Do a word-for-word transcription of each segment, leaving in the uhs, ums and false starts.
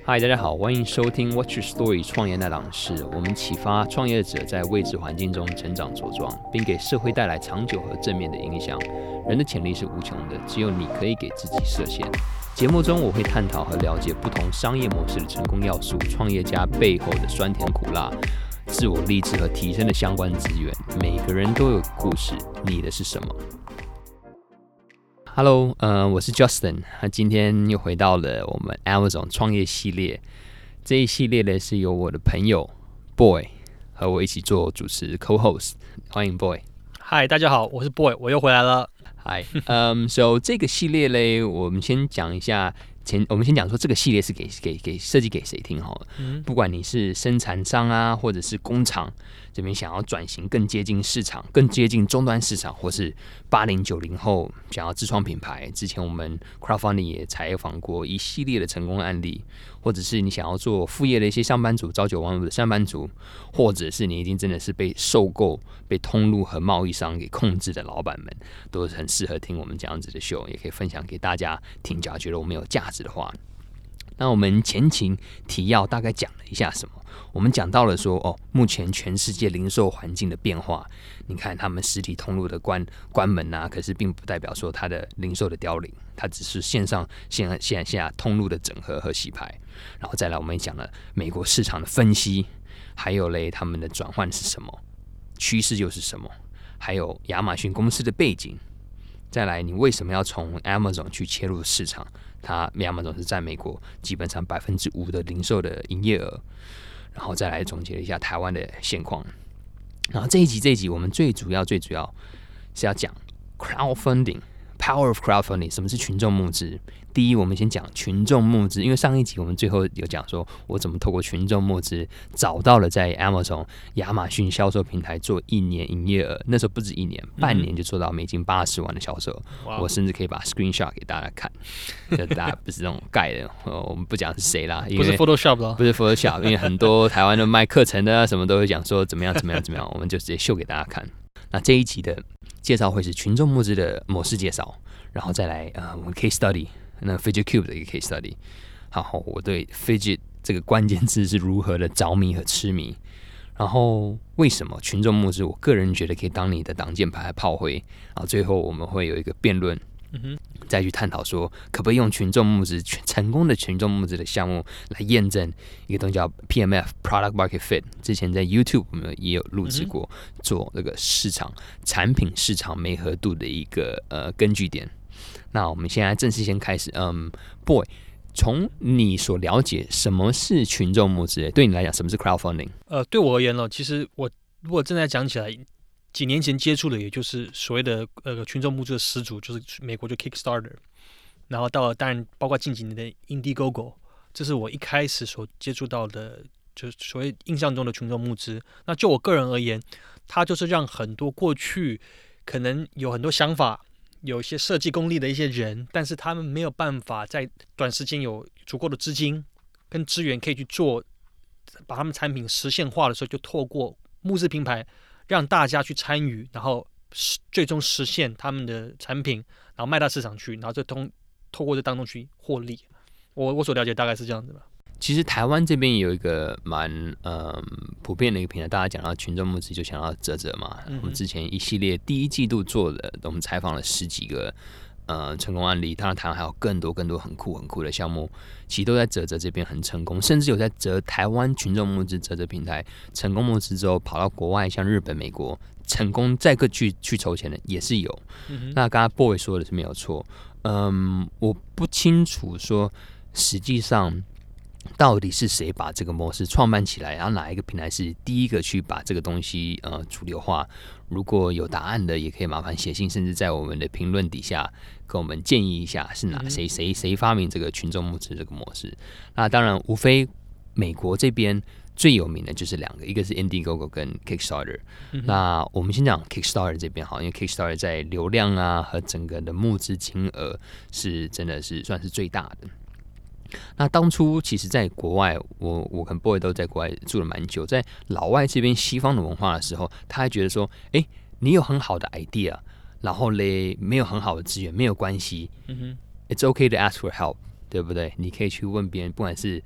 嗨，大家好，欢迎收听 What's Your Story 创业那档事。我们启发创业者在未知环境中成长茁壮，并给社会带来长久和正面的影响。人的潜力是无穷的，只有你可以给自己设限。节目中我会探讨和了解不同商业模式的成功要素，创业家背后的酸甜苦辣，自我励志和提升的相关资源。每个人都有故事，你的是什么？Hello， 呃，我是 Justin， 那今天又回到了我们 Amazon 创业系列。这一系列呢是由我的朋友 Boy 和我一起做主持 co-host， 欢迎 Boy。 嗨，大家好，我是 Boy， 我又回来了。 嗨，嗯 ，So 这个系列嘞，我们先讲一下。前我们先讲说这个系列是给给给设计给谁听好了、嗯，不管你是生产商啊，或者是工厂这边想要转型更接近市场，更接近终端市场，或是八零九零后想要自创品牌，之前我们 crowdfunding 也采访过一系列的成功案例，或者是你想要做副业的一些上班族，朝九晚五的上班族，或者是你已经真的是被受够、被通路和贸易商给控制的老板们，都是很适合听我们这样子的秀，也可以分享给大家听，假如觉得我们有价值的话。那我们前情提要大概讲了一下什么？我们讲到了说，哦，目前全世界零售环境的变化，你看他们实体通路的关关门啊，可是并不代表说它的零售的凋零，它只是线上线线下通路的整合和洗牌。然后再来，我们也讲了美国市场的分析，还有嘞他们的转换是什么，趋势又是什么，还有亚马逊公司的背景。再来，你为什么要从 Amazon 去切入市场？它 Amazon 是占美国基本上百分之五的零售的营业额。然后再来总结一下台湾的现况。然后这一集这一集我们最主要最主要是要讲 crowdfunding。Power of crowdfunding， 什么是群众募资？第一，我们先讲群众募资，因为上一集我们最后有讲说，我怎么透过群众募资找到了在 Amazon 亚马逊销售平台做一年营业额，那时候不止一年，半年就做到美金八十万的销售。嗯、我甚至可以把 screenshot 给大家看，就大家不是那种盖的，我们不讲是谁啦， 不是 Photoshop 咯， 不是 Photoshop， 因为很多台湾的卖课程的什么都会讲说怎么样怎么样怎么样，我们就直接秀给大家看。那这一集的介绍会是群众募资的模式介绍，然后再来呃我们 case study， 那 Fidget Cube 的一个 case study。好，我对 Fidget 这个关键字是如何的着迷和痴迷，然后为什么群众募资，我个人觉得可以当你的挡箭牌和炮灰，然后最后我们会有一个辩论。嗯哼，再去探讨说，可不可以用群众募资成功的群众募资的项目来验证一个东西叫 P M F Product Market Fit。之前在 YouTube 我们也有录制过，做这个市场产品市场媒合度的一个呃根据点。那我们现在正式先开始，嗯 ，Boy， 从你所了解什么是群众募资，对你来讲什么是 crowdfunding？ 呃，对我而言呢，其实我如果正在讲起来。几年前接触的，也就是所谓的呃群众募资的始祖，就是美国就 Kickstarter， 然后到了当然包括近几年的 Indiegogo， 这是我一开始所接触到的，就是所谓印象中的群众募资。那就我个人而言，它就是让很多过去可能有很多想法、有一些设计功力的一些人，但是他们没有办法在短时间有足够的资金跟资源可以去做，把他们产品实现化的时候，就透过募资平台。让大家去参与，然后最终实现他们的产品，然后卖到市场去，然后就通透过这当中去获利。我我所了解大概是这样子吧。 其实台湾这边有一个蛮嗯普遍的一个平台，大家讲到群众募资就想到嘖嘖嘛、嗯。我们之前一系列第一季度做的，我们采访了十几个呃成功案例，当然台湾还有更多更多很酷很酷的项目，其实都在嘖嘖这边很成功，甚至有在嘖台湾群众募资嘖嘖平台成功募资之后，跑到国外像日本、美国成功再个去去筹钱的也是有。嗯、那刚刚 Boy 说的是没有错，嗯，我不清楚说实际上。到底是谁把这个模式创办起来？然后哪一个平台是第一个去把这个东西呃主流化？如果有答案的，也可以麻烦写信，甚至在我们的评论底下跟我们建议一下，是哪谁谁谁发明这个群众募资这个模式？那当然，无非美国这边最有名的就是两个，一个是 Indiegogo 跟 Kickstarter。嗯、那我们先讲 Kickstarter 这边好，因为 Kickstarter 在流量啊和整个的募资金额是真的是算是最大的。那当初其实在国外，我我跟 Boy 都在国外住了蛮久，在老外这边西方的文化的时候，他还觉得说，哎，你有很好的 idea， 然后嘞没有很好的资源，没有关系、嗯、，It's okay to ask for help， 对不对？你可以去问别人，不管是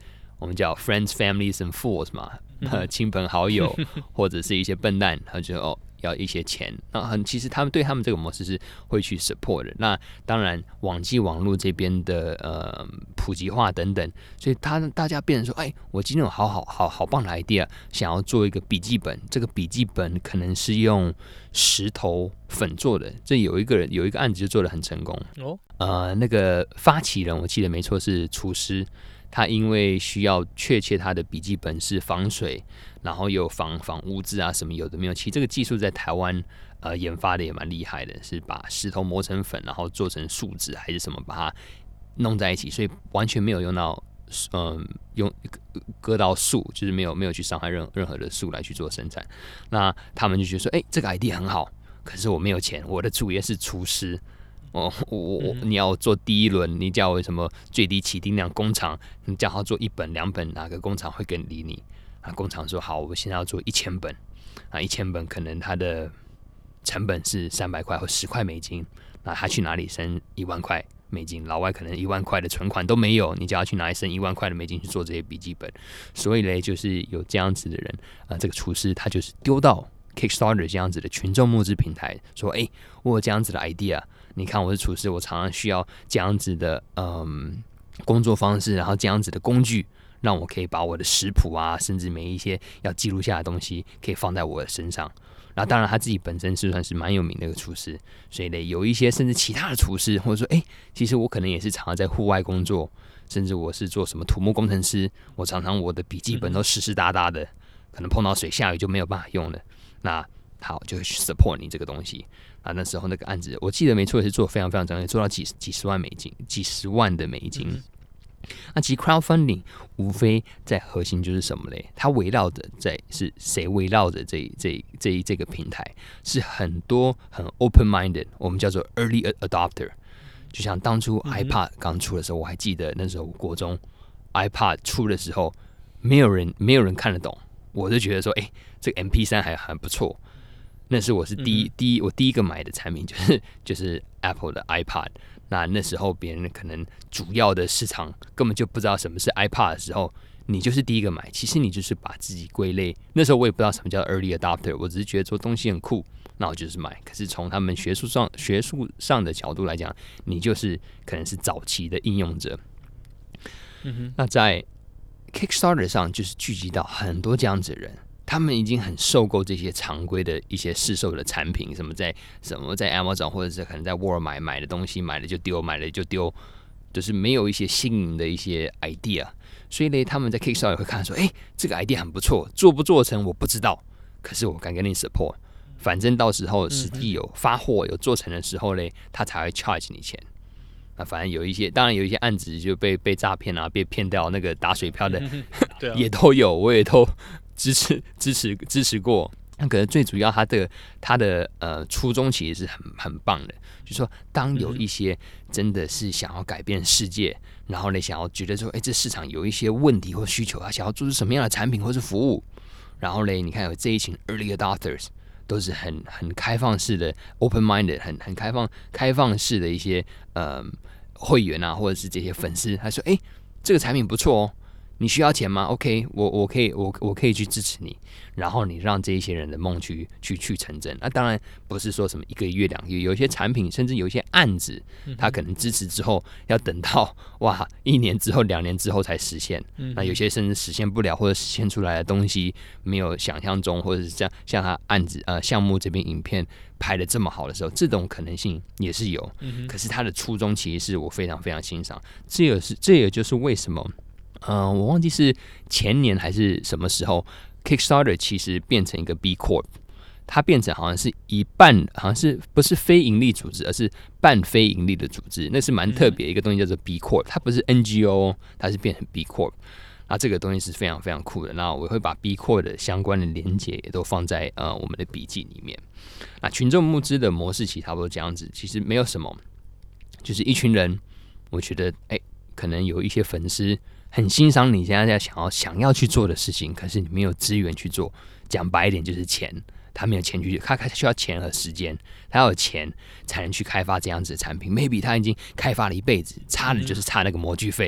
我们叫 friends, families and fools 嘛，呃，亲朋好友或者是一些笨蛋，他就哦要一些钱。那很其实他们对他们这个模式是会去 support 的。那当然网际网络这边的呃普及化等等，所以他大家变成说，哎，我今天有好好好好棒的 idea， 想要做一个笔记本，这个笔记本可能是用石头粉做的。这有一个人有一个案子就做得很成功哦。呃，那个发起人我记得没错是厨师。他因为需要确切他的笔记本是防水，然后又防防污渍啊什么有的没有。其实这个技术在台湾呃研发的也蛮厉害的，是把石头磨成粉，然后做成树脂还是什么，把它弄在一起，所以完全没有用到嗯、呃、用割到树，就是没有没有去伤害任任何的树来去做生产。那他们就觉得说，哎、欸，这个 idea 很好，可是我没有钱，我的主业是厨师。哦，我我你要做第一轮，你叫我什么最低起订量工厂，你叫他做一本两本，哪个工厂会跟理你？啊，工厂说好，我现在要做一千本，啊，一千本可能它的成本是三百块或十块美金，那他去哪里生一万块美金？老外可能一万块的存款都没有，你叫他去哪里生一万块的美金去做这些笔记本？所以嘞，就是有这样子的人，啊、呃，这个厨师他就是丢到 Kickstarter 这样子的群众募资平台，说，哎、欸，我有这样子的 idea。你看我是厨师，我常常需要这样子的嗯工作方式，然后这样子的工具，让我可以把我的食谱啊，甚至每一些要记录下的东西，可以放在我的身上。然后当然他自己本身是算是蛮有名的一个厨师，所以呢，有一些甚至其他的厨师，或者说，哎、欸，其实我可能也是常常在户外工作，甚至我是做什么土木工程师，我常常我的笔记本都湿湿哒哒的，可能碰到水下雨就没有办法用了。那好，就会去 support 你这个东西啊。那时候那个案子，我记得没错，也是做非常非常成功，做到几几十万美金，几十万的美金。嗯、那其实 crowdfunding 无非在核心就是什么嘞？它围绕着在是谁围绕着这这这这个平台，是很多很 open minded， 我们叫做 early adopter。就像当初 iPad 刚出的时候，我还记得那时候国中 iPad 出的时候，没有人没有人看得懂，我就觉得说，哎、欸，这个 M P 三 还很不错。那是我是第一、嗯、第一我第一个买的产品，就是就是 Apple 的 iPad。那那时候别人可能主要的市场根本就不知道什么是 iPad 的时候，你就是第一个买。其实你就是把自己归类。那时候我也不知道什么叫 early adopter， 我只是觉得说东西很酷，那我就是买。可是从他们学术上学术上的角度来讲，你就是可能是早期的应用者。嗯哼，那在 Kickstarter 上就是聚集到很多这样子的人。他们已经很受够这些常规的一些市售的产品，什么在什么在 Amazon 或者是可能在沃尔玛买的东西，买了就丢，买了就丢，就是没有一些新颖的一些 idea。所以呢，他们在 Kickstarter 会看说，哎、欸，这个 idea 很不错，做不做成我不知道，可是我敢给你 support。反正到时候实际有发货有做成的时候呢，他才会 charge 你钱。啊，反正有一些，当然有一些案子就被被诈骗啊，被骗掉，那个打水漂的、嗯啊、也都有，我也都支持支持支持过。那可能最主要他的他的呃初衷其实是很很棒的，就是说当有一些真的是想要改变世界，嗯、然后呢想要觉得说，哎，这市场有一些问题或需求，他想要做出什么样的产品或是服务，然后呢，你看有这一群 early adopters。都是很很开放式的 open minded 很很开放开放式的一些呃会员啊，或者是这些粉丝，他说，哎、欸，这个产品不错哦，你需要钱吗 ？OK， 我我可以我我可以去支持你，然后你让这一些人的梦去去去成真。那、啊、当然不是说什么一个月两个月，有一些产品甚至有一些案子，他可能支持之后要等到哇一年之后两年之后才实现。那有些甚至实现不了，或者实现出来的东西没有想象中，或者是像像他案子呃项目这边影片拍的这么好的时候，这种可能性也是有。可是他的初衷其实是我非常非常欣赏，这也是这也就是为什么。嗯、呃，我忘记是前年还是什么时候 ，Kickstarter 其实变成一个 B Corp， 它变成好像是一半，好像是不是非盈利组织，而是半非盈利的组织，那是蛮特别一个东西，叫做 B Corp， 它不是 N G O， 它是变成 B Corp。那这个东西是非常非常酷的。那我会把 B Corp 的相关的连结也都放在呃我们的笔记里面。那群众募资的模式其实差不多这样子，其实没有什么，就是一群人，我觉得哎、欸，可能有一些粉丝。很欣赏你现在想要想要去做的事情，可是你没有资源去做。讲白一点就是钱，他没有钱去，他需要钱和时间，他要有钱才能去开发这样子的产品。Maybe 他已经开发了一辈子，差的就是差那个模具费，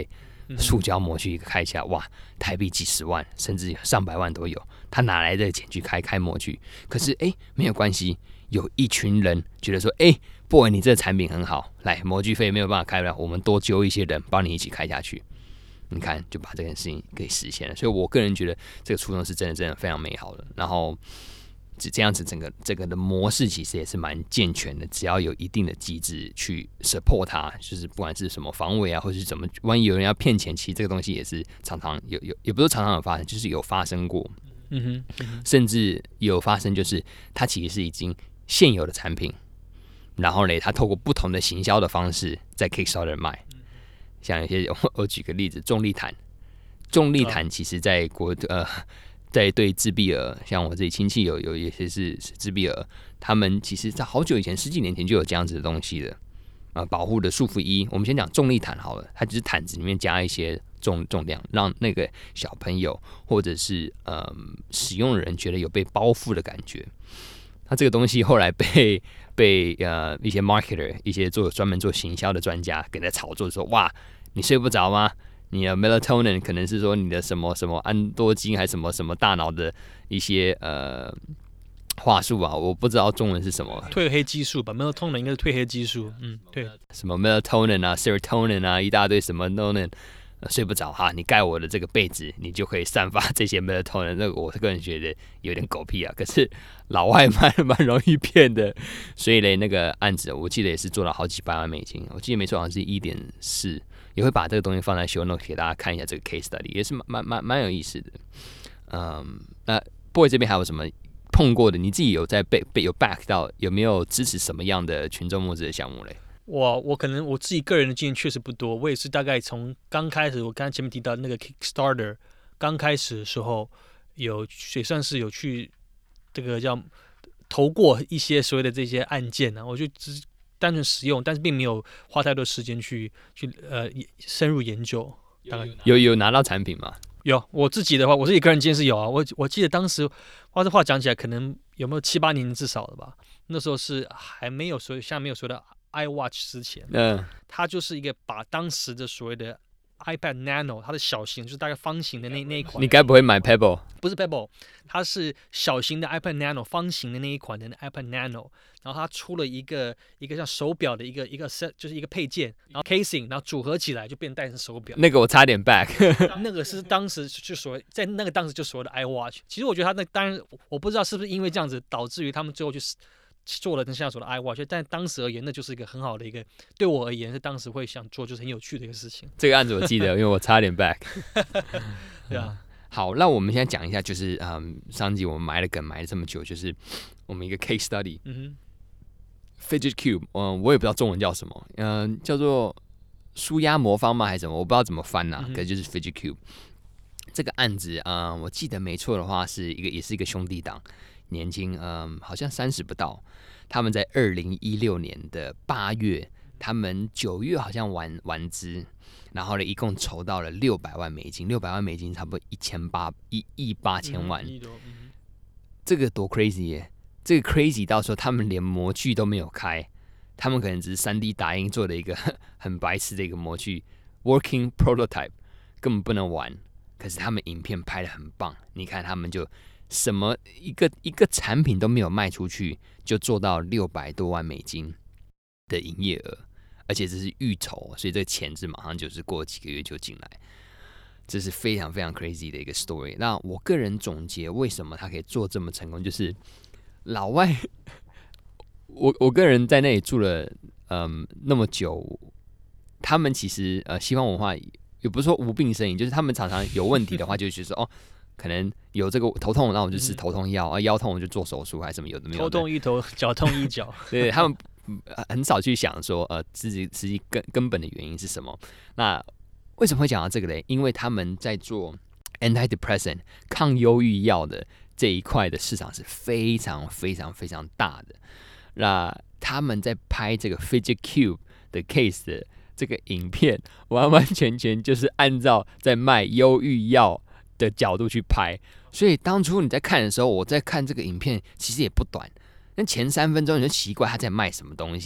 塑胶模具一个开起来，哇，台币几十万，甚至上百万都有。他哪来的钱去开开模具？可是哎，没有关系，有一群人觉得说，哎 ，boy， 你这个产品很好，来模具费没有办法开了，我们多揪一些人帮你一起开下去。你看，就把这件事情给实现了。所以我个人觉得这个初衷是真的真的非常美好的。然后这样子整个这个的模式其实也是蛮健全的，只要有一定的机制去 support 它，就是不管是什么防伪啊，或是怎么，万一有人要骗钱，其实这个东西也是常常有有，也不是常常有发生，就是有发生过。 嗯哼，嗯哼甚至有发生，就是它其实是已经现有的产品，然后呢，它透过不同的行销的方式在 Kickstarter 卖。像有些我举个例子，重力毯，重力毯其实在国呃，在对自闭儿，像我自己亲戚有有一些是是自闭儿，他们其实在好久以前，十几年前就有这样子的东西了。呃，保护的束缚衣，我们先讲重力毯好了，它只是毯子里面加一些重重量，让那个小朋友或者是呃使用的人觉得有被包覆的感觉。那这个东西后来被被呃一些 marketer， 一些做专门做行销的专家给它炒作说，哇，你睡不着吗？你的 melatonin 可能是说你的什么什么安多精还是什么什么大脑的一些呃话术啊，我不知道中文是什么。 褪黑激素吧 ，melatonin 应该是褪黑激素，嗯，对。 什么 melatonin 啊 ，serotonin 啊，一大堆什么 nonin。睡不着哈，你盖我的这个被子，你就可以散发这些 melatonin。那个我个人觉得有点狗屁啊，可是老外蛮蛮容易骗的，所以嘞，那个案子我记得也是做了好几百万美金，我记得没错，好像是一点四，也会把这个东西放在 show note 给大家看一下这个 case study， 也是蛮蛮蛮有意思的。嗯，那 boy 这边还有什么碰过的？你自己有在被被有 back 到，有没有支持什么样的群众募资的项目嘞？ 我我可能我自己个人的经验确实不多，我也是大概从刚开始，我刚才前面提到那个 Kickstarter 刚开始的时候，有也算是有去这个叫投过一些所谓的这些案件啊，我就只是单纯使用，但是并没有花太多时间去去呃深入研究。 有有有拿到产品吗？ 有，我自己的话，我自己个人经验是有啊。我我记得当时话这话讲起来，可能有没有七八年至少了吧？那时候是还没有所谓，像没有所谓的iWatch 之前，嗯，它就是一个把当时的所谓的 iPad Nano， 它的小型就是大概方形的那那一款。 你该不会买 Pebble？ 不是 Pebble， 它是小型的 iPad Nano， 方形的那一款的 iPad Nano， 然后它出了一个一个像手表的一个一个 set， 就是一个配件，然后 casing， 然后组合起来就变戴成手表。 那个我差点 back， 那个是当时就所谓在那个当时就所谓的 iWatch。其实我觉得它那当然我不知道是不是因为这样子导致于他们最后去做了像现在说的 iWatch， 但当时而言，那就是一个很好的一个，对我而言是当时会想做，就是很有趣的一个事情。 这个案子我记得，因为我差点 back。 对啊， 好，那我们现在讲一下，就是嗯，上集我们埋了梗埋了这么久，就是我们一个 case study， 嗯哼 ，Fidget Cube， 嗯，我也不知道中文叫什么，嗯，叫做舒压魔方吗还是什么？我不知道怎么翻呐、啊，嗯、可是就是 Fidget Cube 这个案子，嗯，我记得没错的话，是一个也是一个兄弟档。年轻，嗯，好像三十不到。他们在二零一六年的八月，他们九月好像完完资，然後呢，一共筹到了六百万美金，六百万美金差不多一千八一亿八千万，嗯嗯、这个多 crazy 耶！这个 crazy 到时候他们连模具都没有开，他们可能只是 三 D 打印做的一个很白痴的一个模具 ，working prototype 根本不能玩。可是他们影片拍得很棒，你看他们就。什么一个一个产品都没有卖出去，就做到六百多万美金的营业额，而且这是预筹，所以这个钱是马上就是过几个月就进来，这是非常非常 crazy 的一个 story。那我个人总结，为什么他可以做这么成功，就是老外，我我个人在那里住了嗯那么久，他们其实呃西方文化也不是说无病呻吟，就是他们常常有问题的话，就觉得说哦。可能有这个头痛，那我就吃头痛药、嗯、啊；腰痛我就做手术，还是什么有的没有的。 头痛医头，脚痛医脚。 对，他们很少去想说，呃，自己实际根根本的原因是什么。那为什么会讲到这个嘞？因为他们在做 antidepressant 抗忧郁药的这一块的市场是非常非常非常大的。那他们在拍这个 Fidget Cube 的 case 的这个影片，完完全全就是按照在卖忧郁药的角度去拍，所以当初你在看的时候，我在看这个影片，其实也不短。那前三分钟你就奇怪他在卖什么东西，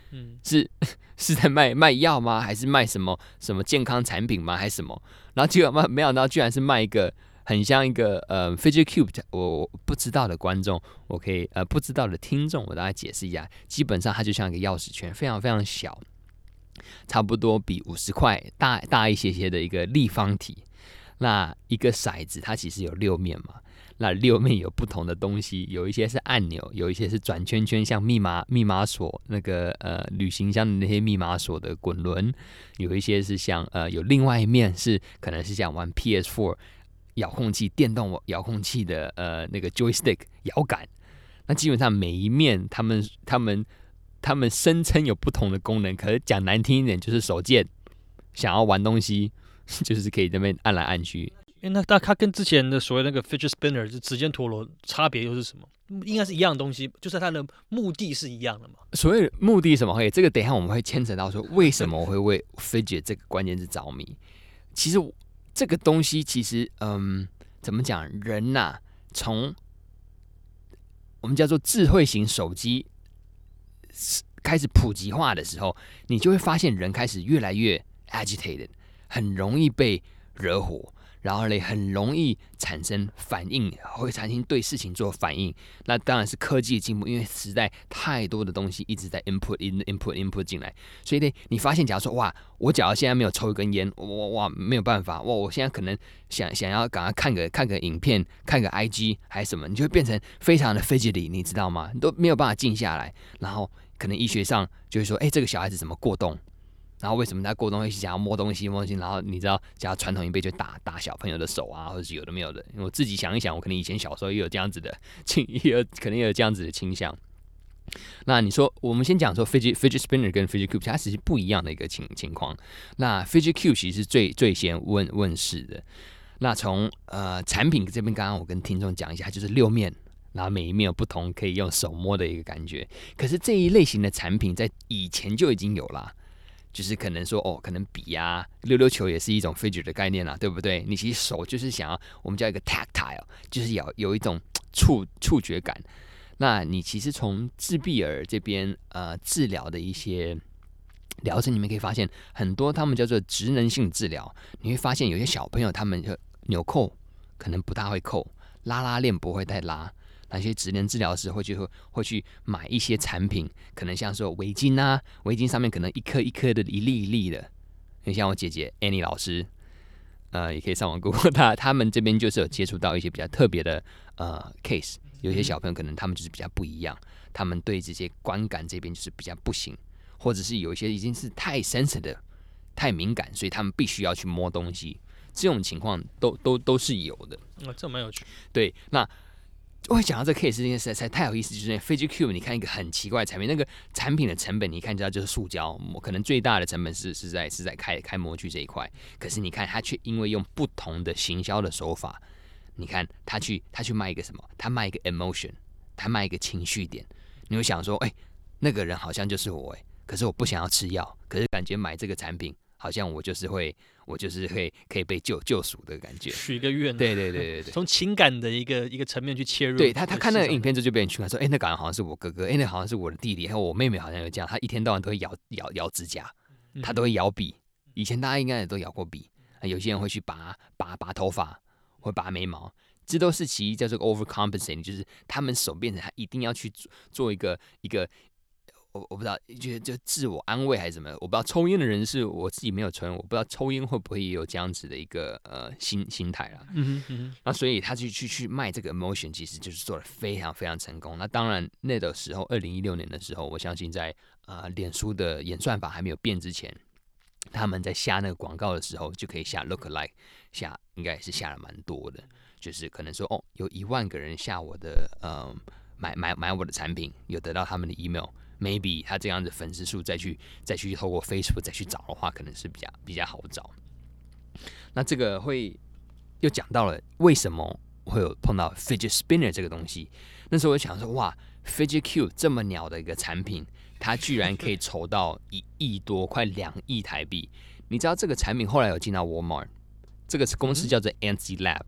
嗯，是是在卖卖药吗？还是卖什么什么健康产品吗？还是什么？然后结果没想到居然是卖一个很像一个呃 Fidget Cube， 我不知道的观众，我可以呃不知道的听众，我大概解释一下。基本上它就像一个钥匙圈，非常非常小，差不多比五十块大大一些些的一个立方体。那一个骰子它其实有六面嘛。那六面有不同的东西，有一些是按钮，有一些是转圈圈，像密码密码锁那个呃旅行箱的那些密码锁的滚轮，有一些是像呃有另外一面是可能是像玩 P S 四 遥控器电动遥控器的呃那个 joystick 摇杆。那基本上每一面他们他们他们声称有不同的功能，可是讲难听一点就是手贱，想要玩东西就是可以这边按来按去。 欸、那那它跟之前的所谓那个 fidget spinner 就指尖陀螺差别又是什么？应该是一样的东西，就是它的目的是一样的嘛。 所谓目的是什么？会这个等一下我们会牵扯到说为什么我会为 fidget 这个关键字着迷。其实这个东西其实嗯怎么讲，人呐、啊、从我们叫做智慧型手机开始普及化的时候，你就会发现人开始越来越 agitated， 很容易被惹火。然后呢，很容易产生反应，会产生对事情做反应。那当然是科技的进步，因为时代太多的东西一直在 input input input 进来，所以呢，你发现，假如说哇，我假如现在没有抽一根烟，哇哇没有办法，哇，我现在可能想想要赶快看个看个影片，看个 I G 还是什么，你就会变成非常的 fidgety， 你知道吗？你都没有办法静下来，然后可能医学上就会说，哎，这个小孩子怎么过动？然后为什么他过动会想要摸东西摸东西？然后你知道，假如传统一辈就打打小朋友的手啊，或者是有的没有的。我自己想一想，我可能以前小时候也有这样子的倾，也有可能也有这样子的倾向。那你说，我们先讲说 fidget fidget spinner 跟 fidget cube， 它其实不一样的一个情情况。那 fidget cube 其实是最最先问问世的。那从呃产品这边，刚刚我跟听众讲一下，它就是六面。然后每一面有不同可以用手摸的一个感觉。可是这一类型的产品在以前就已经有啦。就是可能说哦，可能笔啊、溜溜球也是一种 fidget 的概念啦，对不对？你其实手就是想要，我们叫一个 tactile， 就是有有一种触触觉感。那你其实从自闭儿这边呃治疗的一些疗程，你们可以发现很多他们叫做职能性治疗。你会发现有些小朋友他们纽扣可能不大会扣，拉拉链不会太拉。那些职能治疗师会去会去买一些产品，可能像说围巾啊，围巾上面可能一颗一颗的，一粒一粒的。就像我姐姐 Annie 老师，呃，也可以上网 Google 她，他们这边就是有接触到一些比较特别的呃 case， 有些小朋友可能他们就是比较不一样，他们对这些观感这边就是比较不行，或者是有一些已经是太 sensitive、太敏感，所以他们必须要去摸东西，这种情况都都都是有的。 哦，这蛮有趣。 对，那。我会讲到这个 case 这件事才太有意思，就是 fidget cube， 你看一个很奇怪的产品，那个产品的成本你看知道就是塑胶，可能最大的成本是是在是在开开模具这一块，可是你看它却因为用不同的行销的手法，你看他去他去卖一个什么？他卖一个 emotion， 他卖一个情绪点，你会想说，哎、欸，那个人好像就是我哎、欸，可是我不想要吃药，可是感觉买这个产品。好像我就是会，我就是会可以被救救赎的感觉， 许一个愿、啊。 对对对对对， 从情感的一个一个层面去切入。 对他，他看那个影片之后就被人去看说，哎、欸，那个好像是我哥哥，哎、欸，那好像是我的弟弟，还有我妹妹好像有这样，他一天到晚都会咬咬咬指甲，他都会咬笔。以前大家应该也都咬过笔，有些人会去拔拔拔头发，会拔眉毛，这都是其一叫做 overcompensating， 就是他们手变成他一定要去做做一个一个。我我不知道，就就自我安慰还是什么？我不知道抽烟的人是我自己没有抽烟，我不知道抽烟会不会也有这样子的一个呃心心态啦。 嗯嗯。 那所以他去去去卖这个 emotion， 其实就是做得非常非常成功。那当然那个时候，二零一六年的时候，我相信在呃脸书的演算法还没有变之前，他们在下那个广告的时候就可以下 look alike， 下应该也是下了蛮多的，就是可能说哦，有一万个人下我的呃买买买我的产品，有得到他们的 email。maybe 他这样的粉丝数再去再去透过 Facebook 再去找的话，可能是比较比较好找。那这个会又讲到了为什么会有碰到 fidget spinner 这个东西。那时候我想说，哇 ，fidget cube 这么鸟的一个产品，它居然可以筹到一亿多，快两亿台币。你知道这个产品后来有进到 Walmart， 这个公司叫做 Ansi Lab。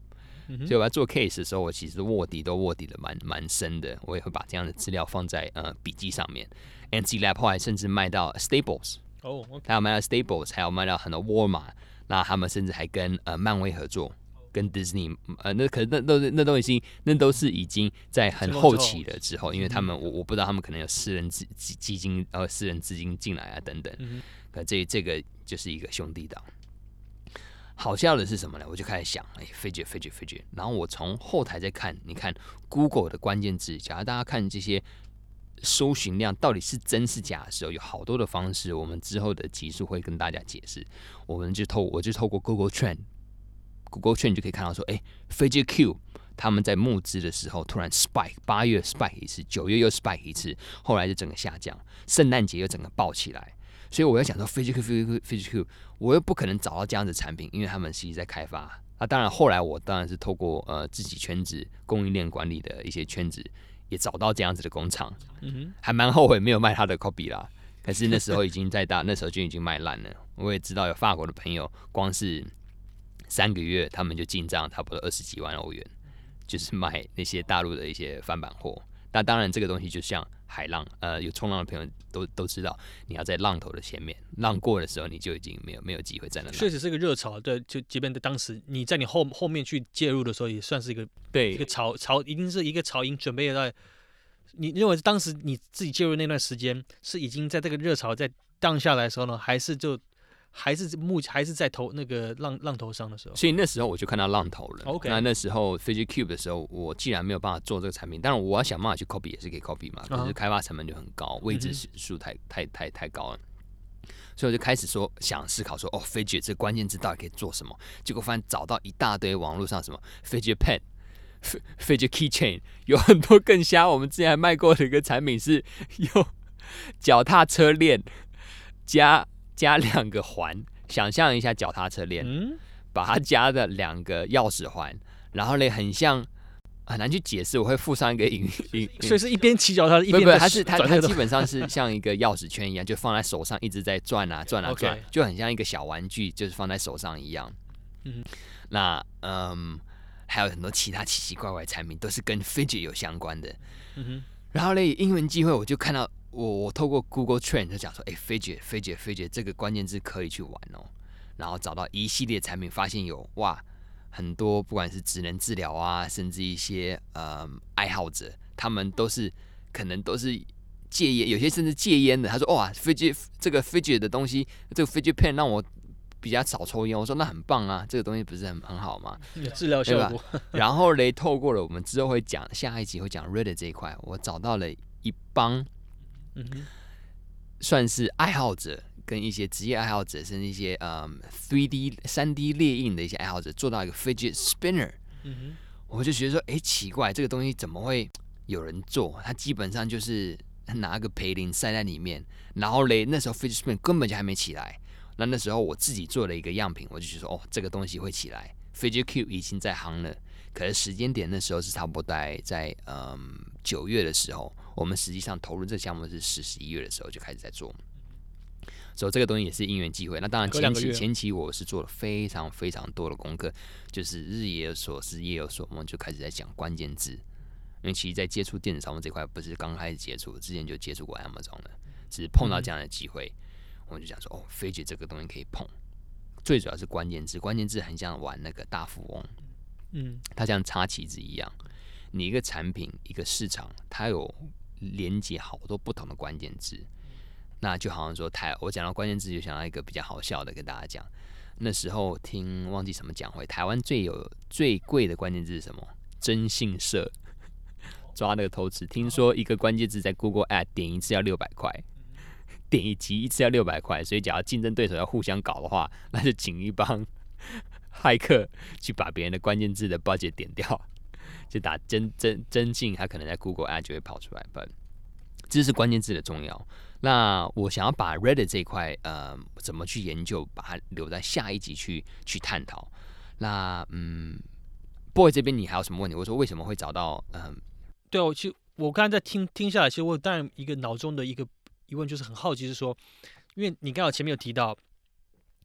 所以我在做 case 的时候，我其实卧底都卧底的蛮蛮深的，我也会把这样的资料放在呃笔记上面。N C Lab 后来甚至卖到 Staples， 哦、oh, ，OK， 还有卖到 Staples， 还有卖到很多沃尔玛，那他们甚至还跟呃漫威合作。跟 Disney， 呃，那可能那都那都已经那都是已经在很后期了之后，因为他们我我不知道他们可能有私人资基金呃私人资金进来啊等等， 嗯、 可这这个就是一个兄弟档。好笑的是什么呢？我就开始想，哎 ，fidget fidget fidget， 然后我从后台再看，你看 Google 的关键字，假如大家看这些搜寻量到底是真是假的时候，有好多的方式，我们之后的集数会跟大家解释。我们就透我就透过 Google Trend。Google Trend 就可以看到说，哎 ，Fidget Cube 他们在募资的时候突然 spike， 八月 spike 一次，九月又 spike 一次，后来就整个下降，圣诞节又整个爆起来。所以我要想说 Fidget Cube Fidget Cube， 我又不可能找到这样的产品，因为他们其实在开发。那、啊、当然后来我当然是透过呃自己圈子供应链管理的一些圈子，也找到这样子的工厂，嗯、还蛮后悔没有卖他的 copy 啦。可是那时候已经在大，那时候就已经卖烂了。我也知道有法国的朋友，光是三个月他们就进账差不多二十几万欧元，就是卖那些大陆的一些翻版货。那当然这个东西就像海浪，呃，有冲浪的朋友都都知道，你要在浪头的前面，浪过的时候你就已经没有没有机会站在那。 确实是个热潮，对，就即便在当时你在你后后面去介入的时候，也算是一个对一个潮潮，一定是一个潮音准备在。你认为当时你自己介入那段时间是已经在这个热潮在荡下来的时候呢，还是就？还是目还是在头那个浪浪头上的时候， 所以那时候我就看到浪头了。 Okay. 那那时候 Fidget Cube 的时候，我既然没有办法做这个产品，当然我要想办法去 copy 也是可以 copy 嘛，可是开发成本就很高，未知数太太太太高了。所以我就开始说想思考说，哦 ，Fidget 这关键字到底可以做什么？结果发现找到一大堆网络上什么 Fidget Pen、Fidget Keychain， 有很多更瞎。我们之前还卖过的一个产品是用脚踏车链加。加两个环，想象一下脚踏车链，嗯、把它加的两个钥匙环，然后嘞很像，很难去解释，我会附上一个影影， 所以是一边骑脚踏一边不不，它是它它基本上是像一个钥匙圈一样，就放在手上一直在转啊转啊转， okay. 就很像一个小玩具，就是放在手上一样。嗯，那嗯还有很多其他奇奇怪怪的产品都是跟 Fidget 有相关的。嗯哼，然后嘞因缘机会我就看到。我我透过 Google Trend 就讲说，哎 ，Fidget Fidget Fidget 这个关键字可以去玩哦，然后找到一系列产品，发现有哇很多，不管是职能治疗啊，甚至一些呃爱好者，他们都是可能都是戒烟，有些甚至戒烟的。他说哇 ，Fidget 这个 Fidget 的东西，这个 Fidget Pen 让我比较少抽烟。我说那很棒啊，这个东西不是很很好吗？ 有治疗效果。 然后嘞，透过了我们之后会讲下一集会讲 Reddit 这一块，我找到了一帮。嗯哼，算是爱好者跟一些职业爱好者，甚至一些嗯 三 D 三 D 列印的一些爱好者，做到一个 fidget spinner。嗯哼，我就觉得说，哎、欸，奇怪，这个东西怎么会有人做？它基本上就是拿个培林塞在里面，然后嘞，那时候 fidget spinner 根本就还没起来。那那时候我自己做了一个样品，我就觉得说，哦，这个东西会起来。Fidget Cube 已经在行了，可是时间点那时候是差不多在在嗯九月的时候，我们实际上投入这个项目是十十一月的时候就开始在做，所以这个东西也是因缘际会。那当然前期前期我是做了非常非常多的功课，就是日也有所思夜有所梦，就开始在讲关键字。因为其实，在接触电子商务这块，不是刚开始接触，之前就接触过 Amazon 了，只是碰到这样的机会，我就讲说，哦 ，Fidget 这个东西可以碰。最主要是关键字，关键字很像玩那个大富翁，嗯，它像插旗子一样，你一个产品一个市场，它有连接好多不同的关键字，那就好像说台，我讲到关键字就想到一个比较好笑的跟大家讲，那时候听忘记什么讲会，台湾最有最贵的关键字是什么？征信社抓那个偷吃，听说一个关键字在 Google Ad 点一次要六百块。点一集一次要六百块，所以假如竞争对手要互相搞的话，那就请一帮骇客去把别人的关键字的 budget 点掉，就打真真真信，他可能在 Google Ad 就会跑出来。But 这是关键字的重要。那我想要把 Reddit 这一块，呃，怎么去研究，把它留在下一集去去探讨。那嗯 ，Boy 这边你还有什么问题？我说为什么会找到嗯？ 对啊，我其实我刚才在听听下来，其实我当然一个脑中的一个疑问就是很好奇，是说，因为你刚好前面有提到，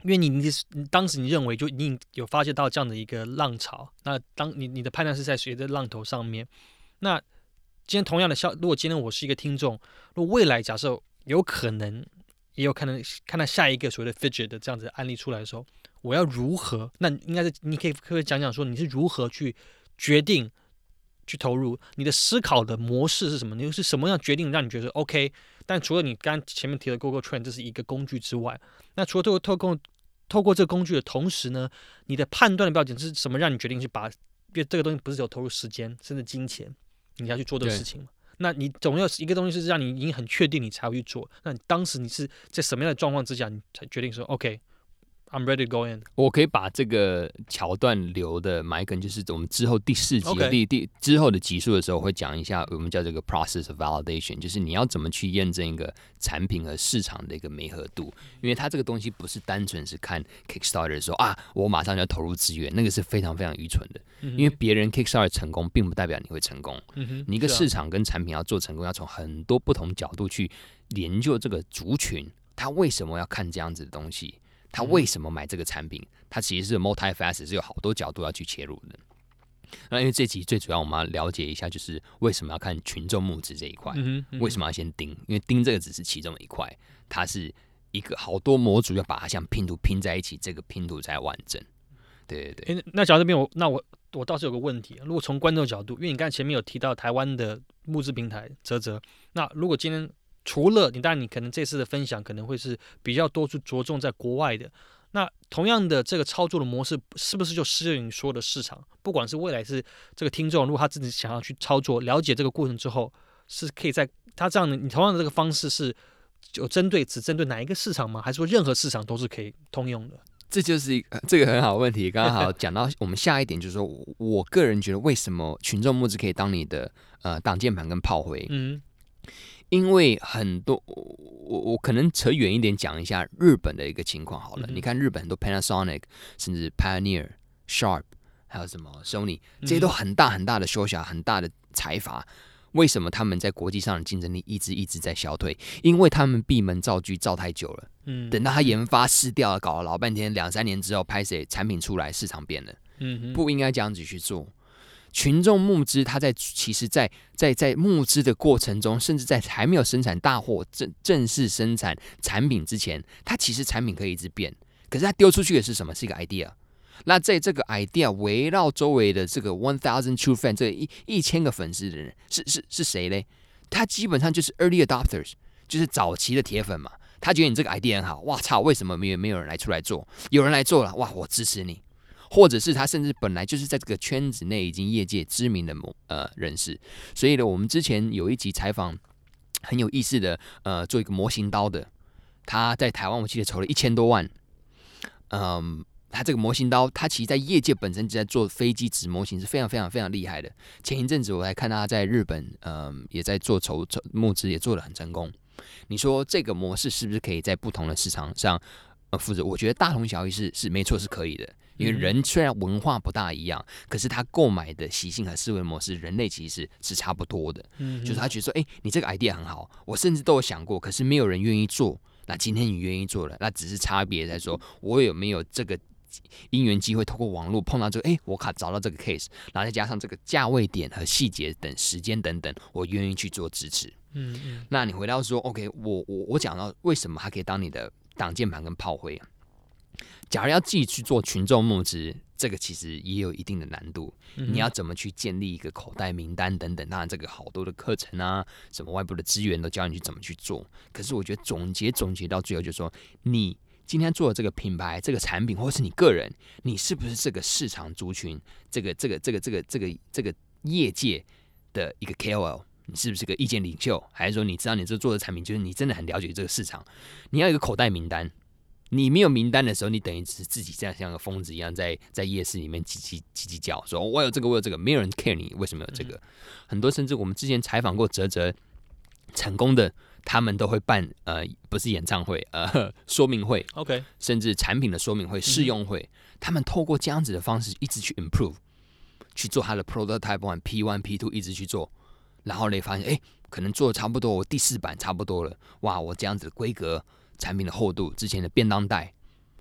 因为你你你当时你认为就你有发现到这样的一个浪潮，那当你你的判断是在随着浪头上面，那今天同样的效，如果今天我是一个听众，如果未来假设有可能，也有可能看到下一个所谓的 fidget 的这样子的案例出来的时候，我要如何？那应该是你可以可以讲讲说你是如何去决定去投入，你的思考的模式是什么？你是什么样决定让你觉得 OK？ 但除了你刚刚前面提的 Google Trend 这是一个工具之外，那除了透过透过透过这个工具的同时呢，你的判断的标准是什么？让你决定去把，因为这个东西不是只有投入时间，甚至金钱，你要去做这个事情嘛？那你总要一个东西是让你已经很确定你才会去做。那你当时你是在什么样的状况之下，你才决定说 OK？I'm ready to go in。 我可以把这个桥段留的埋梗，就是我们之后第四集、 okay. 第第之后的集数的时候会讲一下，我们叫这个 process of validation， 就是你要怎么去验证一个产品和市场的一个媒合度，因为它这个东西不是单纯是看 Kickstarter 说啊，我马上就要投入资源，那个是非常非常愚蠢的，嗯、因为别人 Kickstarter 成功，并不代表你会成功。嗯、你一个市场跟产品要做成功，要从很多不同角度去研究这个族群，他为什么要看这样子的东西。他为什么买这个产品？他其实是 multi-faceted， 是有好多角度要去切入的。那因为这集最主要我们要了解一下，就是为什么要看群众募资这一块、嗯嗯，为什么要先盯？因为盯这个只是其中一块，它是一个好多模组要把它像拼图拼在一起，这个拼图才完整。对对对。 欸、那讲到这边，我那我我倒是有个问题，如果从观众角度，因为你刚才前面有提到台湾的募资平台嘖嘖，那如果今天除了你，当然你可能这次的分享可能会是比较多去着重在国外的，那同样的这个操作的模式是不是就适应所有的市场？不管是未来是这个听众，如果他自己想要去操作，了解这个过程之后，是可以在他这样的你同样的这个方式是有针对只针对哪一个市场吗？还是说任何市场都是可以通用的？ 这就是一个这个很好的问题，刚刚好讲到我们下一点，就是说我个人觉得为什么群众募资可以当你的呃挡箭牌跟炮灰？嗯。因为很多我我可能扯远一点讲一下日本的一个情况好了、嗯，你看日本很多 Panasonic， 甚至 Pioneer、Sharp， 还有什么 Sony， 这些都很大很大的休暇，很大的财阀。为什么他们在国际上的竞争力一直一直在消退？因为他们闭门造车造太久了，嗯，等到他研发试掉了，搞了老半天，两三年之后拍谁产品出来，市场变了，嗯，不应该这样子去做。群众募资，它在其实在，在在募资的过程中，甚至在还没有生产大货正正式生产产品之前，它其实产品可以一直变。可是它丢出去的是什么？是一个 idea。那在这个 idea 围绕周围的这个 one thousand true fan 这一一千个粉丝的人，是是是谁嘞？他基本上就是 early adopters， 就是早期的铁粉嘛。他觉得你这个 idea 很好，哇操，为什么没有没有人来出来做？有人来做了，哇，我支持你。或者是他甚至本来就是在这个圈子内已经业界知名的呃人士，所以呢，我们之前有一集采访很有意思的，呃，做一个模型刀的，他在台湾我记得筹了一千多万，嗯，他这个模型刀，他其实在业界本身就在做飞机纸模型，是非常非常非常厉害的。前一阵子我还看他在日本，嗯，也在做筹筹募资，也做得很成功。你说这个模式是不是可以在不同的市场上呃复制？我觉得大同小异是是没错，是可以的。因为人虽然文化不大一样，可是他购买的习性和思维模式，人类其实是差不多的。嗯，就是他觉得说，哎、欸，你这个 idea 很好，我甚至都有想过，可是没有人愿意做。那今天你愿意做了，那只是差别在说，我有没有这个因缘机会，透过网络碰到这个，哎、欸，我卡找到这个 case， 然后再加上这个价位点和细节等时间等等，我愿意去做支持。嗯嗯，那你回到说 ，OK， 我我我讲到为什么它可以当你的挡箭牌跟炮灰啊？假如要自己去做群众募资，这个其实也有一定的难度。嗯、你要怎么去建立一个口袋名单等等？当然，这个好多的课程啊，什么外部的资源都教你去怎么去做。可是我觉得总结总结到最后，就是说，你今天做的这个品牌、这个产品，或是你个人，你是不是这个市场族群、这个这个这个这个这个这个业界的一个 K O L？你是不是个意见领袖？还是说你知道你这做的产品，就是你真的很了解这个市场？你要有一个口袋名单。你没有名单的时候，你等于只是自己这样像个疯子一样在，在夜市里面叽叽叽叽叫，说、哦、我有这个，我有这个，没有人 care 你为什么有这个。嗯、很多甚至我们之前采访过嘖嘖成功的，他们都会办呃不是演唱会，呃说明会 ，OK， 甚至产品的说明会、试用会，嗯、他们透过这样子的方式一直去 improve， 去做他的 prototype one、P one、P two 一直去做，然后你发现哎，可能做的差不多，我第四版差不多了，哇，我这样子的规格。产品的厚度，之前的便当袋，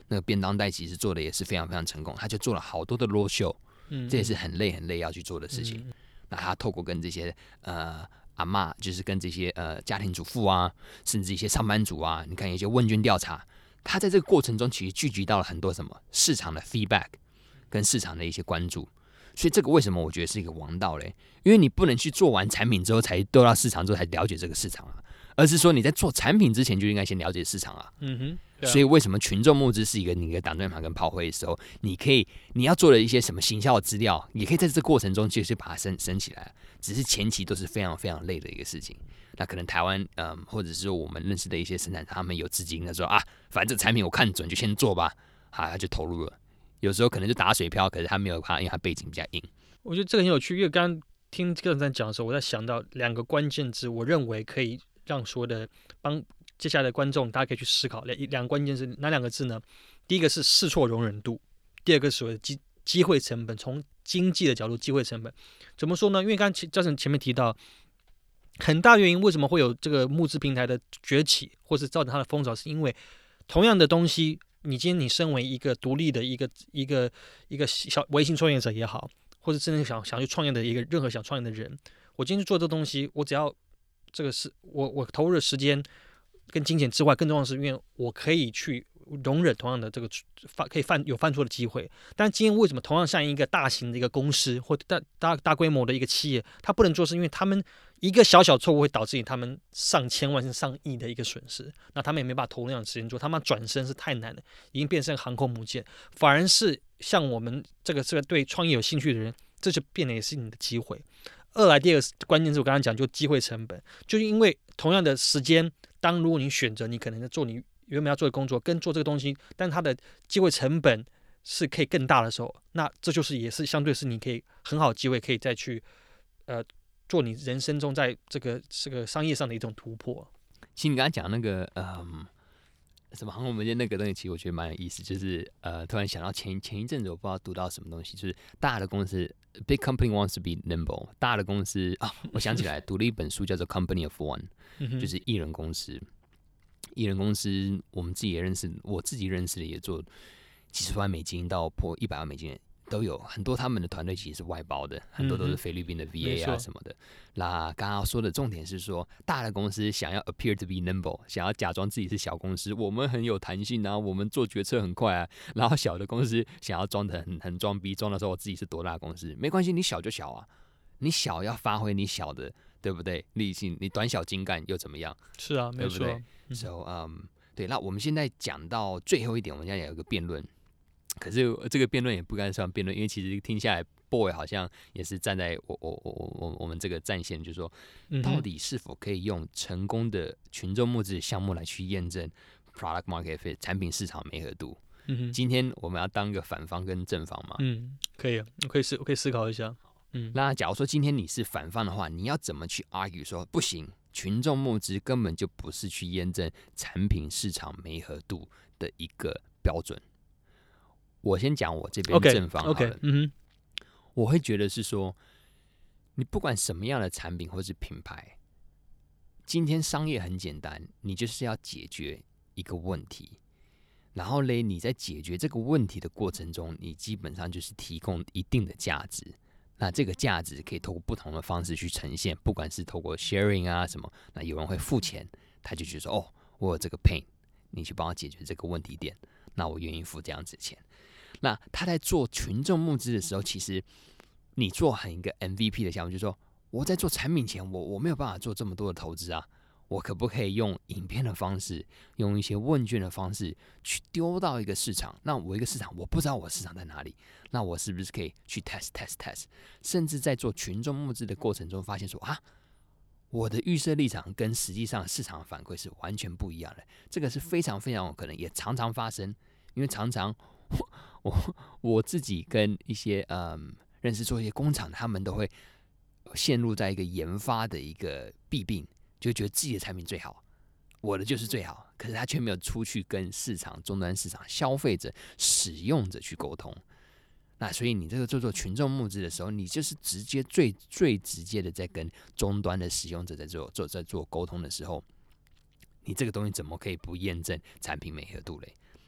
那个便当袋其实做的也是非常非常成功，他就做了好多的 road show，嗯，这也是很累很累要去做的事情。嗯、那他透过跟这些呃阿嬷，就是跟这些呃家庭主妇啊，甚至一些上班族啊，你看有一些问卷调查，他在这个过程中其实聚集到了很多什么市场的 feedback 跟市场的一些关注。所以这个为什么我觉得是一个王道嘞？因为你不能去做完产品之后才丢到市场之后才了解这个市场啊，而是说你在做产品之前就应该先了解市场啊。嗯哼。啊、所以为什么群众募资是一个你的挡箭牌跟炮灰的时候，你可以你要做的一些什么行销的资料，也可以在这个过程中就是把它升升起来，只是前期都是非常非常累的一个事情。那可能台湾嗯，或者是说我们认识的一些生产商，他们有资金的时候啊，反正这个产品我看准就先做吧，啊，他就投入了。有时候可能就打水漂，可是他没有他，因为他背景比较硬。 我觉得这个很有趣，因为刚刚听个人在讲的时候，我在想到两个关键字，我认为可以让所有的帮接下来的观众大家可以去思考两两个关键字，哪两个字呢？第一个是试错容忍度，第二个是所谓的机机会成本。从经济的角度，机会成本怎么说呢？因为刚刚教授前面提到，很大原因为什么会有这个募资平台的崛起，或是造成它的风潮，是因为同样的东西。你今天你身为一个独立的一个一个一个小微型创业者也好，或者真的想想去创业的一个任何想创业的人，我今天去做这个东西，我只要这个是我我投入的时间跟金钱之外，更重要的是因为我可以去容忍同样的这个犯可以犯有犯错的机会。但今天为什么同样像一个大型的一个公司或大大大规模的一个企业，它不能做，是因为他们一个小小错误会导致他们上千万甚至上亿的一个损失，那他们也没办法投那样的时间做，他们转身是太难了，已经变成航空母舰。反而是像我们这个这个对创业有兴趣的人，这就变得也是你的机会。二来第二个关键是我刚刚讲，就机会成本，就是因为同样的时间，当如果你选择你可能在做你原本要做的工作，跟做这个东西，但它的机会成本是可以更大的时候，那这就是也是相对是你可以很好的机会，可以再去呃。做你人生中在这个这个商业上的一种突破。 其实你刚才讲那个嗯什么航空母舰那个东西，其实我觉得蛮有意思。就是呃，突然想到前前一阵子我不知道读到什么东西，就是大的公司 ，big company wants to be nimble。大的公司啊，我想起来读了一本书叫做《Company of One》，就是艺人公司。艺人公司我们自己也认识，我自己认识的也做几十万美金到破一百万美金。都有很多，他们的团队其实是外包的，很多都是菲律宾的 V A 啊什么的。嗯、那刚刚说的重点是说，大的公司想要 appear to be nimble， 想要假装自己是小公司，我们很有弹性啊，我们做决策很快啊。然后小的公司想要装的很很装逼，装的时候我自己是多大公司，没关系，你小就小啊，你小要发挥你小的，对不对？力性，你短小精干又怎么样？ 是啊，没错。 对不对、嗯、？So， 嗯，对。那我们现在讲到最后一点，我们现在有一个辩论。可是这个辩论也不该算辩论，因为其实听下来 ，boy 好像也是站在我我我我我们这个战线，就是说，到底是否可以用成功的群众募资项目来去验证 product market fit 产品市场媒合度？嗯、今天我们要当个反方跟正方嘛？ 嗯，可以，我可以思我可以思考一下。嗯， 那假如说今天你是反方的话，你要怎么去 argue 说不行？群众募资根本就不是去验证产品市场媒合度的一个标准。我先讲我这边正方好了。 Okay, okay, 嗯、 我会觉得是说，你不管什么样的产品或是品牌，今天商业很简单，你就是要解决一个问题，然后嘞，你在解决这个问题的过程中，你基本上就是提供一定的价值。那这个价值可以透过不同的方式去呈现，不管是透过 sharing 啊什么，那有人会付钱，他就觉得说，哦，我有这个 pain， 你去帮我解决这个问题点，那我愿意付这样子的钱。那他在做群众募资的时候，其实你做很一个 M V P 的项目，就是说我在做产品前，我我没有办法做这么多的投资啊，我可不可以用影片的方式，用一些问卷的方式去丢到一个市场？那我一个市场我不知道我市场在哪里，那我是不是可以去 test test test， 甚至在做群众募资的过程中，发现说啊，我的预设立场跟实际上市场的反馈是完全不一样的，这个是非常非常有可能，也常常发生，因为常常。我我自己跟一些嗯认识做一些工厂，他们都会陷入在一个研发的一个弊病，就觉得自己的产品最好，我的就是最好，可是他却没有出去跟市场、终端市场、消费者、使用者去沟通。那所以你这个做做群众募资的时候，你就是直接最最直接的在跟终端的使用者在做做在做沟通的时候，你这个东西怎么可以不验证产品媒合度嘞？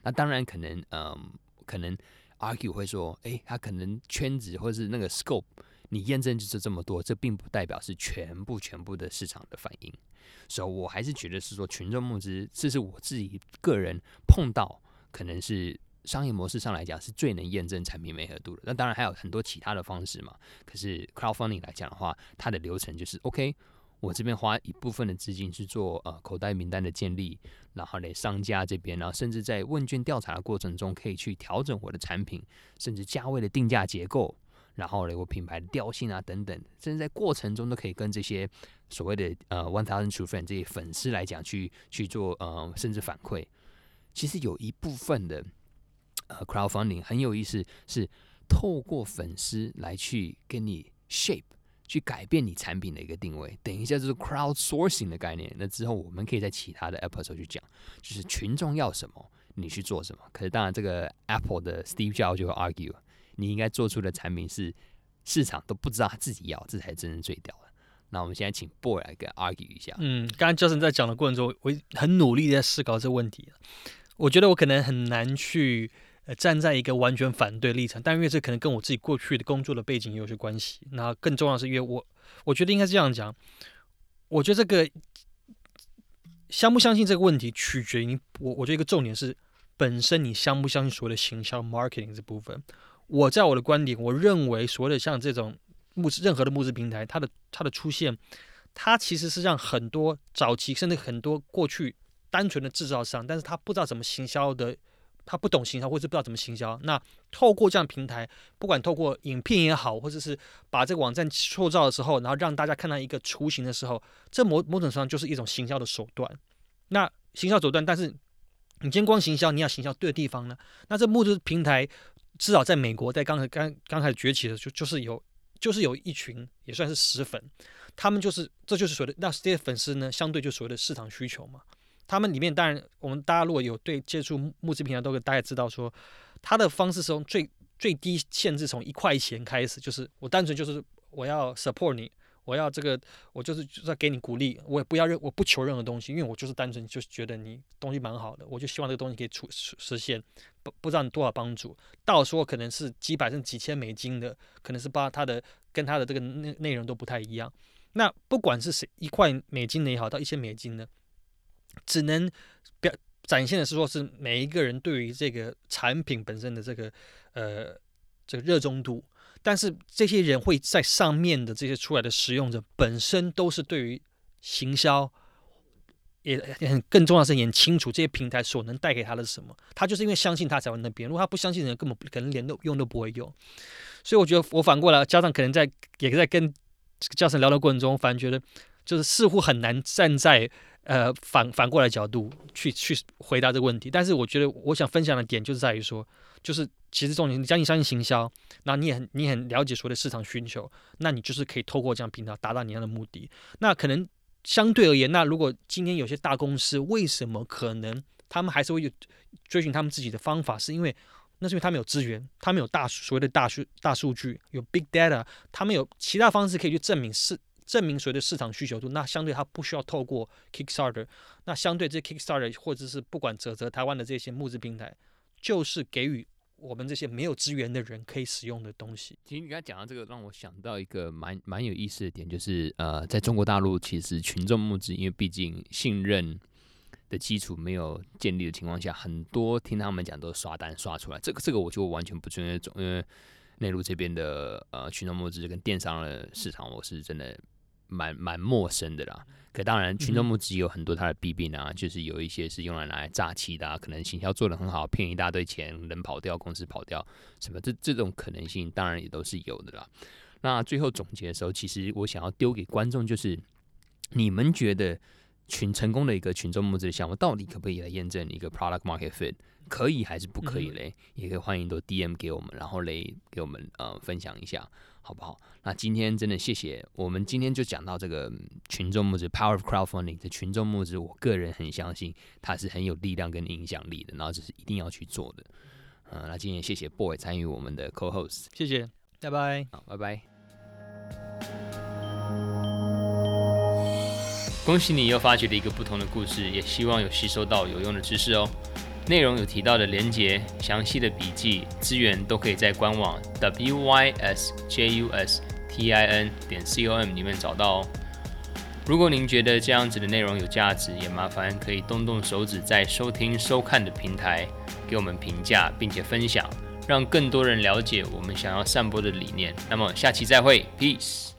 那当然可能，嗯，可能 argue 会说，哎，他可能圈子或是那个 scope， 你验证就是这么多，这并不代表是全部全部的市场的反应。所以我还是觉得是说群众募资，这是我自己个人碰到，可能是商业模式上来讲是最能验证产品媒合度的。那当然还有很多其他的方式嘛。可是 crowdfunding 来讲的话，它的流程就是 OK， 我这边花一部分的资金去做呃口袋名单的建立，然后呢商家这边，然后甚至在问卷调查的过程中，可以去调整我的产品，甚至价位的定价结构。然后呢，我品牌的调性啊等等，甚至在过程中都可以跟这些所谓的呃 one thousand true friend 这些粉丝来讲去去做呃甚至反馈。其实有一部分的呃 crowdfunding 很有意思，是透过粉丝来去跟你 shape 去改变你产品的一个定位。等一下就是 crowdsourcing 的概念，那之后我们可以在其他的 episode 去讲，就是群众要什么，你去做什么。可是当然，这个 Apple 的 Steve Jobs 就会 argue。你应该做出的产品是市场都不知道他自己要，这才真正最屌的。那我们现在请 Boy 来跟 argue 一下。 嗯，刚刚 Justin 在讲的过程中，我很努力在思考这个问题。我觉得我可能很难去、呃、站在一个完全反对立场，但因为这可能跟我自己过去的工作的背景也有些关系。那更重要的是，因为我我觉得应该是这样讲，我觉得这个相不相信这个问题，取决于我。我觉得一个重点是，本身你相不相信所谓的行销 marketing 这部分。我在我的观点，我认为所谓的像这种募资，任何的募资平台，它的它的出现，它其实是让很多早期甚至很多过去单纯的制造商，但是他不知道怎么行销的，他不懂行销，或是不知道怎么行销。那透过这样的平台，不管透过影片也好，或者是把这个网站塑造的时候，然后让大家看到一个雏形的时候，这某某种程度上就是一种行销的手段。那行销手段，但是你今天光行销，你要行销对的地方呢？那这募资平台。至少在美国，在刚刚刚开始崛起的就就是有就是有一群也算是死粉，他们就是这就是所谓的那这些粉丝呢，相对就所谓的市场需求嘛。他们里面当然我们大家如果有对接触募资平台，都可以大概知道说，他的方式是从最最低限制从一块钱开始，就是我单纯就是我要 support 你。我要这个，我就是就是要给你鼓励，我也不要任，我不求任何东西，因为我就是单纯就是觉得你东西蛮好的，我就希望这个东西可以出实现，不不知道你多少帮助。到说可能是几百甚至几千美金的，可能是把它的跟它的这个内内容都不太一样。那不管是谁一块美金的也好，到一千美金的，只能表展现的是说是每一个人对于这个产品本身的这个呃这个热衷度。但是这些人会在上面的这些出来的使用者本身都是对于行销也很更重要的是也很清楚这些平台所能带给他的是什么，他就是因为相信他才会那边，如果他不相信的人根本可能连都用都不会用。所以我觉得我反过来加上可能在也在跟教授聊的过程中，反而觉得就是似乎很难站在呃反反过来角度去去回答这个问题。但是我觉得我想分享的点就是在于说，就是其实重点，你将你相信行销，那你也很你很了解所谓的市场需求，那你就是可以透过这样平台达到你要的目的。那可能相对而言，那如果今天有些大公司，为什么可能他们还是会有追寻他们自己的方法？是因为那是因为他们有资源，他们有大所谓的大数大数据，有 big data， 他们有其他方式可以去证明市证明所谓的市场需求度。那相对他不需要透过 Kickstarter， 那相对这些 Kickstarter 或者是不管泽泽台湾的这些募资平台，就是给予我们这些没有资源的人可以使用的东西。 其实你刚才讲到这个，让我想到一个蛮蛮有意思的点，就是呃，在中国大陆，其实群众募资，因为毕竟信任的基础没有建立的情况下，很多听他们讲都刷单刷出来。这个这个我就完全不确定，因为内陆这边的呃群众募资跟电商的市场，我是真的蛮蛮陌生的啦。可当然，群众募资有很多它的弊病啊，就是有一些是用来拿来诈欺的、啊，可能行销做得很好，骗一大堆钱，人跑掉，公司跑掉，什么这这种可能性当然也都是有的啦。那最后总结的时候，其实我想要丢给观众就是，你们觉得群成功的一个群众募资的项目，到底可不可以来验证一个 product market fit？可以还是不可以嘞？嗯、也可以欢迎都 D M 给我们，然后嘞给我们呃分享一下，好不好？那今天真的谢谢，我们今天就讲到这个群众募资 Power of Crowdfunding 的群众募资，我个人很相信它是很有力量跟影响力的，然后这是一定要去做的。嗯、呃，那今天谢谢 Boy 参与我们的 co-host， 谢谢，拜拜， 好，拜拜。恭喜你又发掘了一个不同的故事，也希望有吸收到有用的知识哦。 内容有提到的连结、详细的笔记、资源都可以在官网 w y s j u s t i n 点 com 里面找到哦。如果您觉得这样子的内容有价值，也麻烦可以动动手指在收听收看的平台给我们评价，并且分享，让更多人了解我们想要散播的理念。那么下期再会 ，Peace。